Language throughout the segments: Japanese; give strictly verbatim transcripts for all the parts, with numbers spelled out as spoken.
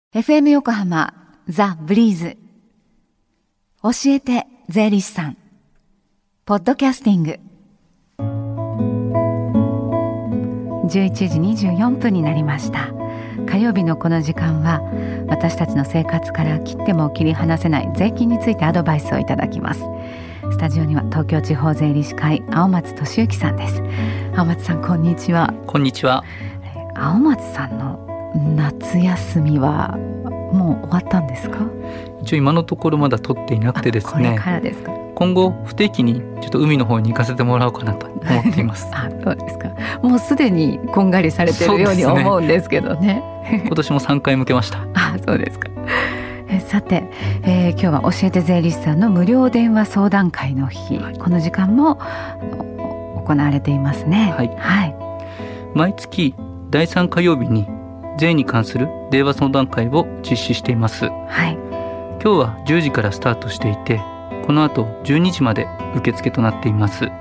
エフエム 横浜ザ・ブリーズ教えて税理士さんポッドキャスティングじゅういちじにじゅうよんぷんになりました。火曜日のこの時間は私たちの生活から切っても切り離せない税金についてアドバイスをいただきます。スタジオには東京地方税理士会青松俊之さんです。青松さん、こんにちは。 こんにちは。 青松さんの夏休みはもう終わったんですか？ 一応今のところまだ取っていなくてですね、 これからですか？今後不定期にちょっと海の方に行かせてもらおうかなと思っていますあ、そうですか。もうすでにこんがりされているように思うんですけどね。 今年もさんかい向けました。 あ、そうですか。えさて、えー、今日は教えて税理士さんの無料電話相談会の日、はい、この時間も行われていますね。 はい、はい、毎月だいさん火曜日に税に関する電話相談会を実施しています。はい、今日はじゅうじからスタートしていて、この後じゅうにじまで受付となっています。はい、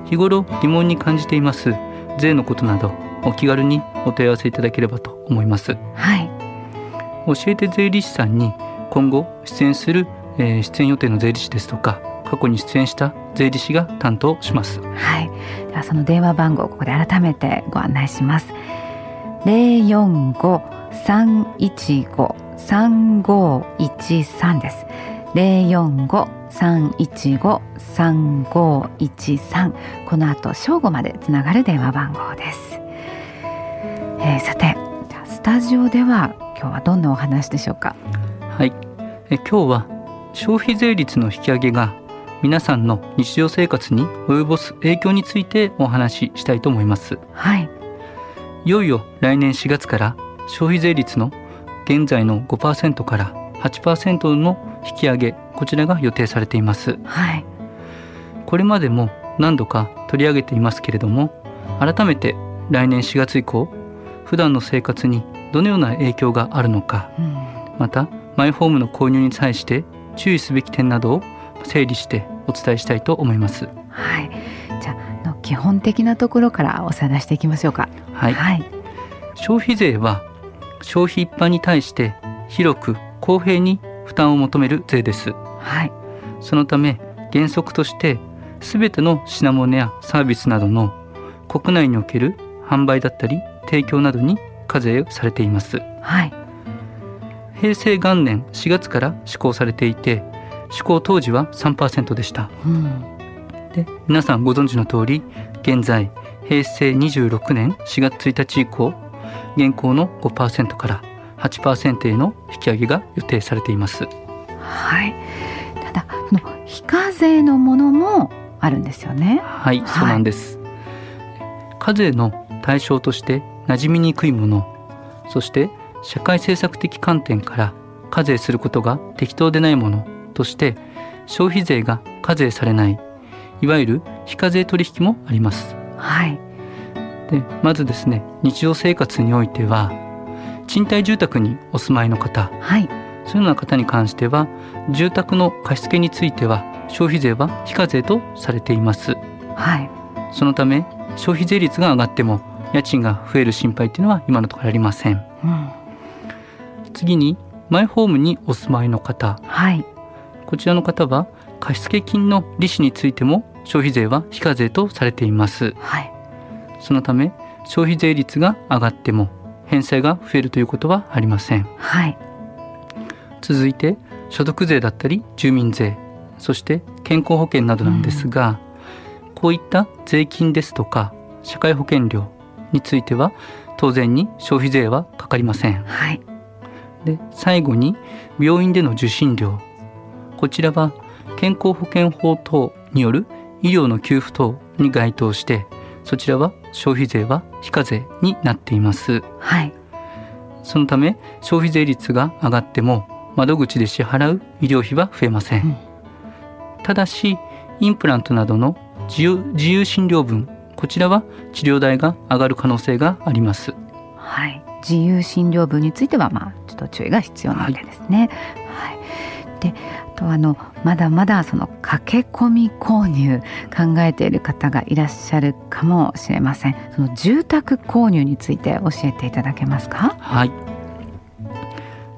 日頃疑問に感じています税のことなどお気軽にお問い合わせいただければと思います。はい、教えて税理士さんに今後出演する、えー、出演予定の税理士ですとか過去に出演した税理士が担当します。 はい、ではその電話番号をここで改めてご案内します。ゼロよんご さんいちご さんごいちさんです。ゼロよんご さんいちご さんごいちさん、この後正午までつながる電話番号です。えー、さて、じゃあスタジオでは今日はどんなお話でしょうか？ はい、え今日は消費税率の引き上げが皆さんの日常生活に及ぼす影響についてお話ししたいと思います。はい、いよいよ来年しがつから消費税率の現在の ごパーセント から はちパーセント の引き上げ、こちらが予定されています。はい、これまでも何度か取り上げていますけれども、改めて来年しがつ以降普段の生活にどのような影響があるのか、うん、またマイホームの購入に際して注意すべき点などを整理してお伝えしたいと思います。 はい、じゃあの基本的なところからおさらいしていきましょうか。 はい、はい、消費税は消費一般に対して広く公平に負担を求める税です。はい、そのため原則としてすべての品物やサービスなどの国内における販売だったり提供などに課税されています。はい、平成元年しがつから施行されていて、施行当時は さんパーセント でした。うん、で皆さんご存知の通り、現在平成にじゅうろくねんしがつついたち以降、現行の ごパーセント から はちパーセント への引き上げが予定されています。 はい、ただその非課税のものもあるんですよね。 はい、そうなんです。はい、課税の対象として馴染みにくいもの、そして社会政策的観点から課税することが適当でないものとして消費税が課税されない、いわゆる非課税取引もあります。はい、でまずですね、日常生活においては賃貸住宅にお住まいの方、はい、そういうような方に関しては住宅の貸付については消費税は非課税とされています。はい、そのため消費税率が上がっても家賃が増える心配というのは今のところありません。うん、次にマイホームにお住まいの方、はい、こちらの方は貸付金の利子についても消費税は非課税とされています。はい、そのため消費税率が上がっても返済が増えるということはありません。はい、続いて所得税だったり住民税、そして健康保険などなんですが、うん、こういった税金ですとか社会保険料については当然に消費税はかかりません。はい、で最後に病院での受診料、こちらは健康保険法等による医療の給付等に該当して、そちらは消費税は非課税になっています。はい、そのため消費税率が上がっても窓口で支払う医療費は増えません。うん、ただしインプラントなどの自由、自由診療分、こちらは治療代が上がる可能性があります。 はい、自由診療分についてはまあちょっと注意が必要なわけですね。はい、はい、であとあのまだまだその駆け込み購入考えている方がいらっしゃるかもしれません。その住宅購入について教えていただけますか？ はい、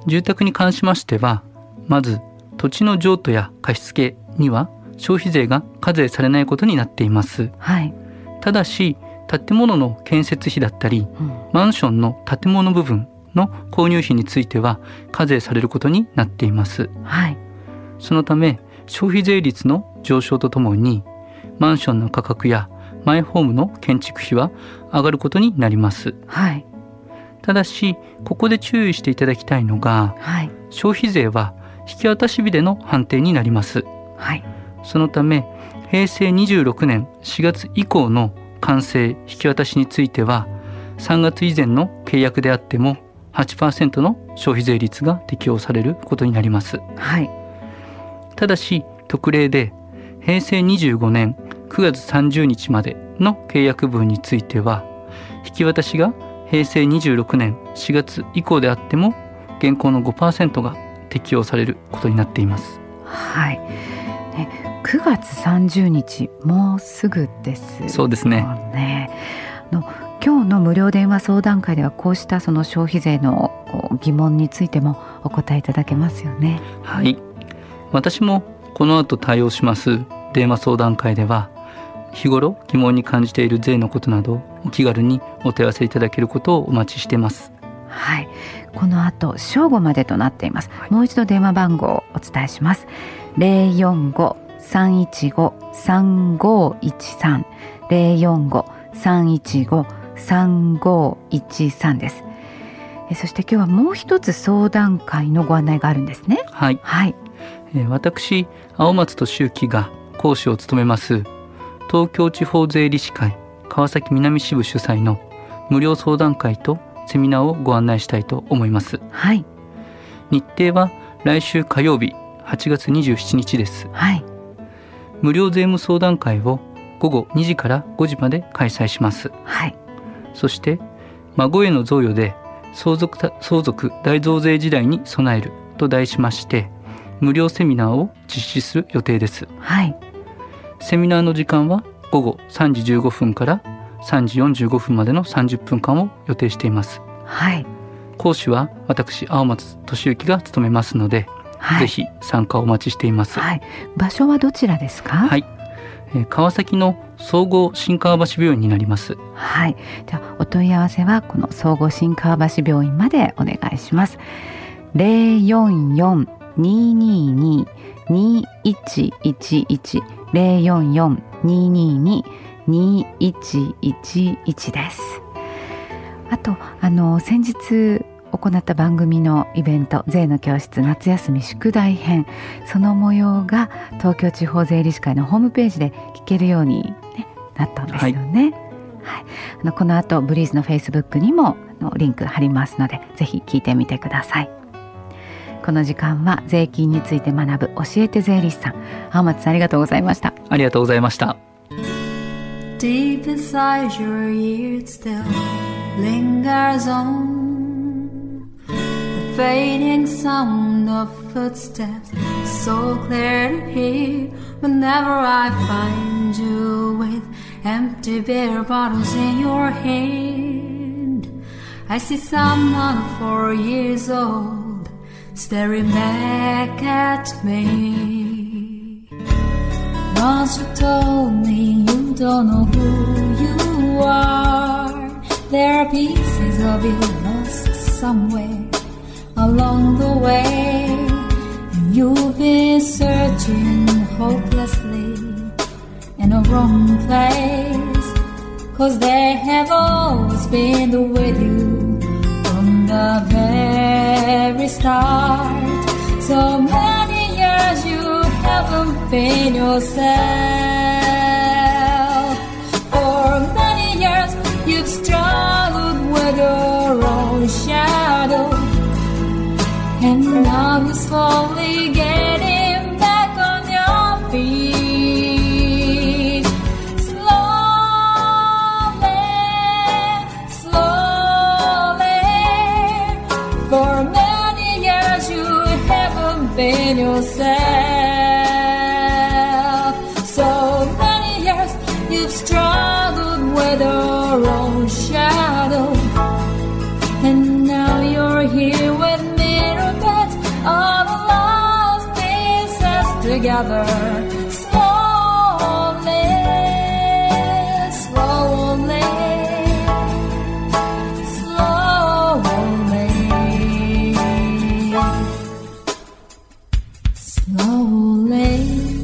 住宅に関しましては、まず土地の譲渡や貸付には消費税が課税されないことになっています。 はい、 ただし建物の建設費だったり、 うん、 マンションの建物部分の購入費については課税されることになっています。 はい、 そのため消費税率の上昇とともにマンションの価格やマイホームの建築費は上がることになります。 はい、 ただしここで注意していただきたいのが、 はい、 消費税は引き渡し日での判定になります。 はい、 そのためへいせいにじゅうろくねんしがつ以降の完成引き渡しについてはさんがつ以前の契約であっても はちパーセント の消費税率が適用されることになります。 はい、 ただし特例でへいせいにじゅうごねんくがつさんじゅうにちまでの契約分については引き渡しがへいせいにじゅうろくねんしがつ以降であっても現行の ごパーセント が適用されることになっています。 はい、ね、くがつさんじゅうにちもうすぐですよね。 そうですね。 あの今日の無料電話相談会ではこうしたその消費税の疑問についてもお答えいただけますよね。 はい、私もこの後対応します電話相談会では日頃疑問に感じている税のことなどお気軽にお問い合わせいただけることをお待ちしています。 はい、この後正午までとなっています。 はい、 もう一度電話番号をお伝えします。 ゼロよんご さんいちご さんごいちさん ゼロよんご さんいちご さんごいちさんです。えそして今日はもう一つ相談会のご案内があるんですね。 はい、 はい、 えー、私青松俊之が講師を務めます東京地方税理士会川崎南支部主催の無料相談会とセミナーをご案内したいと思います。 はい、 日程は来週火曜日はちがつにじゅうしちにちです。 はい、 無料税務相談会をごごにじからごじまで開催します。 はい、 そして孫への贈与で相続た相続大増税時代に備えると題しまして無料セミナーを実施する予定です。 はい、 セミナーの時間はごごさんじじゅうごふんからさんじよんじゅうごふんまでのさんじゅっぷんかんを予定しています。 はい、 講師は私青松俊之が務めますので、 はい、 ぜひ参加をお待ちしています。 はい、場所はどちらですか？ はい、えー、川崎の総合新川橋病院になります。 はい、じゃあお問い合わせはこの総合新川橋病院までお願いします。ゼロよんよん にーにーにー にーいちいちいち ゼロよんよん にーにーにー にーいちいちいちです。あとあの先日行った番組のイベント税の教室夏休み宿題編、その模様が東京地方税理士会のホームページで聞けるように、ね、なったんですよね。はいはい、あのこの後ブリーズのフェイスブックにもあのリンク貼りますのでぜひ聞いてみてください。この時間は税金について学ぶ教えて税理士さん、青松さんありがとうございました。 ありがとうございました。 Deep inside your ear it still lingers on the fading sound of footsteps, so clear to hear whenever I find you with empty beer bottles in your hand. I see someone four years old staring back at me. Once you told me you don't know who you are. There are pieces of you lost somewhere along the way, and you've been searching hopelessly in a wrong place, 'cause they have always been with you from the very start. So many years you haven't been yourself. For many years you've struggled with your own shadow, and now you're slowly getting back on your feet. Slowly, slowly. For many years you haven't been yourself. So many years you've struggled with your own shadow, and now you're here with me to all the lost pieces together. Slowly, slowly, slowly, slowly.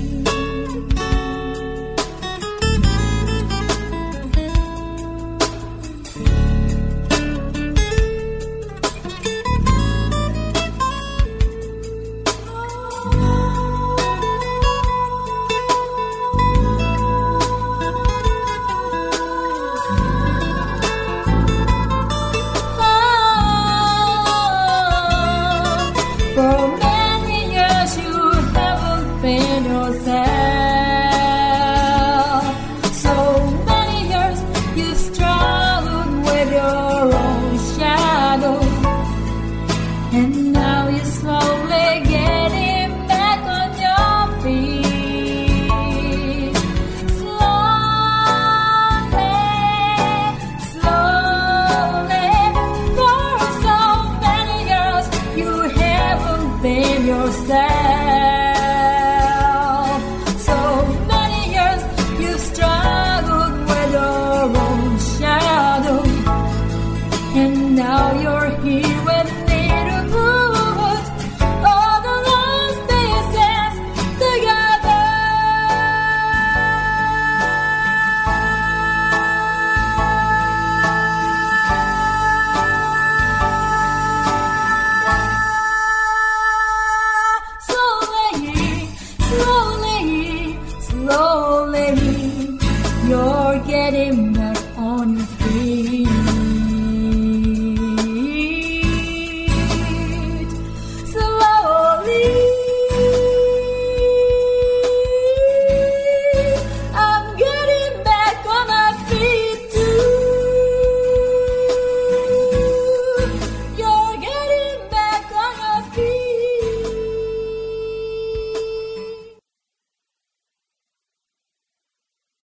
For many years you haven't been yourself. So many years you've struggled with your own shadow. And now you're slowly getting back on your feet. Slowly, slowly. For so many years you haven't been yourself.